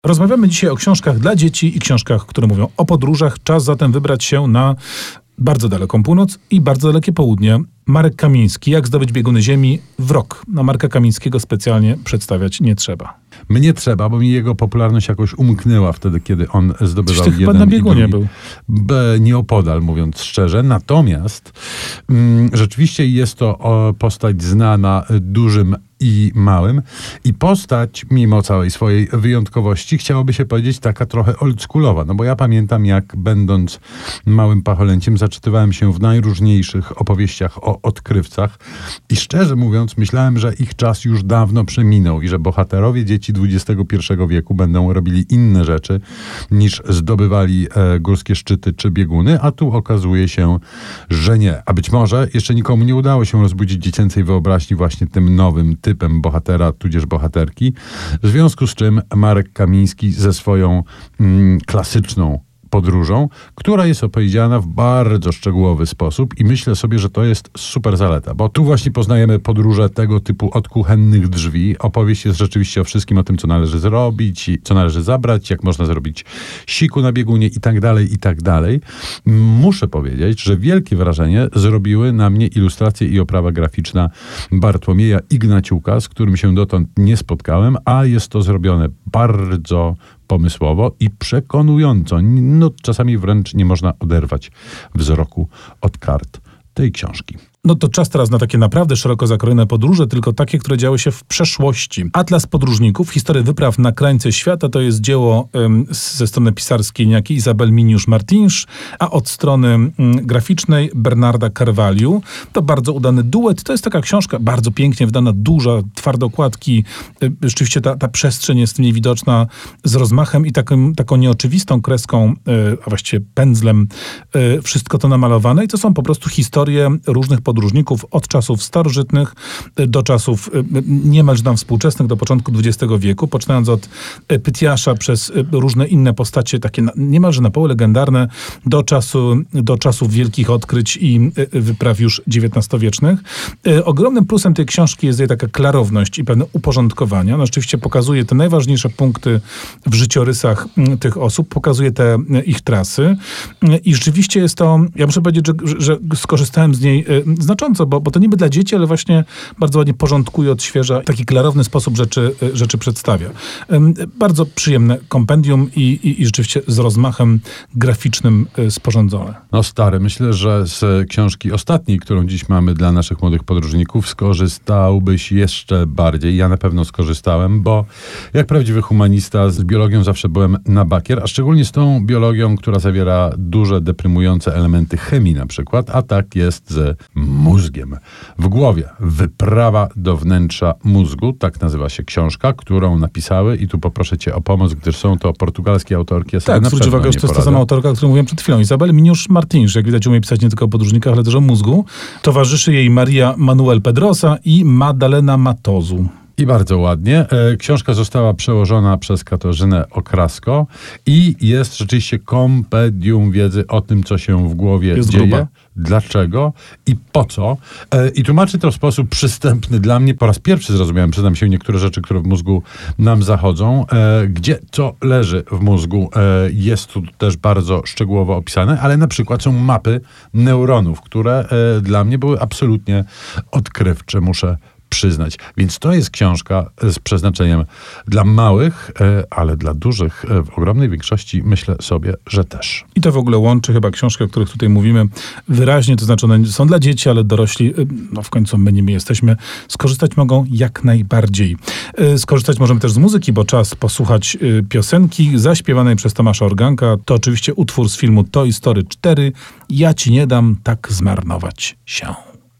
Rozmawiamy dzisiaj o książkach dla dzieci i książkach, które mówią o podróżach. Czas zatem wybrać się na bardzo daleką północ i bardzo dalekie południe. Marek Kamiński, Jak zdobyć bieguny ziemi w rok. No, Marka Kamińskiego specjalnie przedstawiać nie trzeba. Mnie trzeba, bo mi jego popularność jakoś umknęła wtedy, kiedy on zdobywał jeden chyba na biegunie był. Nieopodal, mówiąc szczerze. Natomiast rzeczywiście jest to postać znana dużym i małym. I postać, mimo całej swojej wyjątkowości, chciałoby się powiedzieć taka trochę oldschoolowa. No bo ja pamiętam, jak będąc małym pacholęciem zaczytywałem się w najróżniejszych opowieściach o odkrywcach i szczerze mówiąc myślałem, że ich czas już dawno przeminął i że bohaterowie dzieci XXI wieku będą robili inne rzeczy niż zdobywali górskie szczyty czy bieguny, a tu okazuje się, że nie. A być może jeszcze nikomu nie udało się rozbudzić dziecięcej wyobraźni właśnie tym nowym typem bohatera, tudzież bohaterki. W związku z czym Marek Kamiński ze swoją klasyczną podróżą, która jest opowiedziana w bardzo szczegółowy sposób i myślę sobie, że to jest super zaleta, bo tu właśnie poznajemy podróże tego typu od kuchennych drzwi. Opowieść jest rzeczywiście o wszystkim, o tym, co należy zrobić, co należy zabrać, jak można zrobić siku na biegunie i tak dalej, i tak dalej. Muszę powiedzieć, że wielkie wrażenie zrobiły na mnie ilustracje i oprawa graficzna Bartłomieja Ignaciuka, z którym się dotąd nie spotkałem, a jest to zrobione bardzo pomysłowo i przekonująco. No, czasami wręcz nie można oderwać wzroku od kart tej książki. No to czas teraz na takie naprawdę szeroko zakrojone podróże, tylko takie, które działy się w przeszłości. Atlas podróżników, historia wypraw na krańce świata, to jest dzieło ze strony pisarskiej niejakiej Isabel Miniusz-Martinsz, a od strony graficznej Bernarda Carvalho. To bardzo udany duet. To jest taka książka bardzo pięknie wydana, duża, twarde okładki. Rzeczywiście ta przestrzeń jest niewidoczna, z rozmachem i taką nieoczywistą kreską, a właściwie pędzlem, wszystko to namalowane. I to są po prostu historie różnych podróżników od czasów starożytnych do czasów niemalże nam współczesnych, do początku XX wieku, poczynając od Pytiasza przez różne inne postacie, takie niemalże na poły legendarne, do czasów wielkich odkryć i wypraw już XIX-wiecznych. Ogromnym plusem tej książki jest jej taka klarowność i pewne uporządkowanie. Ona rzeczywiście pokazuje te najważniejsze punkty w życiorysach tych osób, pokazuje te ich trasy i rzeczywiście jest to, ja muszę powiedzieć, że skorzystałem z niej znacząco, bo to niby dla dzieci, ale właśnie bardzo ładnie porządkuje, odświeża, w taki klarowny sposób rzeczy przedstawia. Bardzo przyjemne kompendium i rzeczywiście z rozmachem graficznym sporządzone. No stary, myślę, że z książki ostatniej, którą dziś mamy dla naszych młodych podróżników, skorzystałbyś jeszcze bardziej. Ja na pewno skorzystałem, bo jak prawdziwy humanista z biologią zawsze byłem na bakier, a szczególnie z tą biologią, która zawiera duże, deprymujące elementy chemii na przykład, a tak jest z mózgiem. W głowie. Wyprawa do wnętrza mózgu. Tak nazywa się książka, którą napisały i tu poproszę cię o pomoc, gdyż są to portugalskie autorki. Ja tak, zwróć uwagę, że to jest ta sama autorka, o której mówiłem przed chwilą. Isabel Miniusz-Martinsz, jak widać, umie pisać nie tylko o podróżnikach, ale też o mózgu. Towarzyszy jej Maria Manuel Pedrosa i Madalena Matozu. I bardzo ładnie. Książka została przełożona przez Katarzynę Okrasko i jest rzeczywiście kompendium wiedzy o tym, co się w głowie dzieje, gruba. Dlaczego i po co. I tłumaczy to w sposób przystępny dla mnie. Po raz pierwszy zrozumiałem, przyznam się, niektóre rzeczy, które w mózgu nam zachodzą. Gdzie co leży w mózgu jest tu też bardzo szczegółowo opisane, ale na przykład są mapy neuronów, które dla mnie były absolutnie odkrywcze, muszę przyznać. Więc to jest książka z przeznaczeniem dla małych, ale dla dużych w ogromnej większości myślę sobie, że też. I to w ogóle łączy chyba książki, o których tutaj mówimy wyraźnie, to znaczy one są dla dzieci, ale dorośli, no w końcu my nimi jesteśmy, skorzystać mogą jak najbardziej. Skorzystać możemy też z muzyki, bo czas posłuchać piosenki zaśpiewanej przez Tomasza Organka. To oczywiście utwór z filmu Toy Story 4. Ja ci nie dam tak zmarnować się.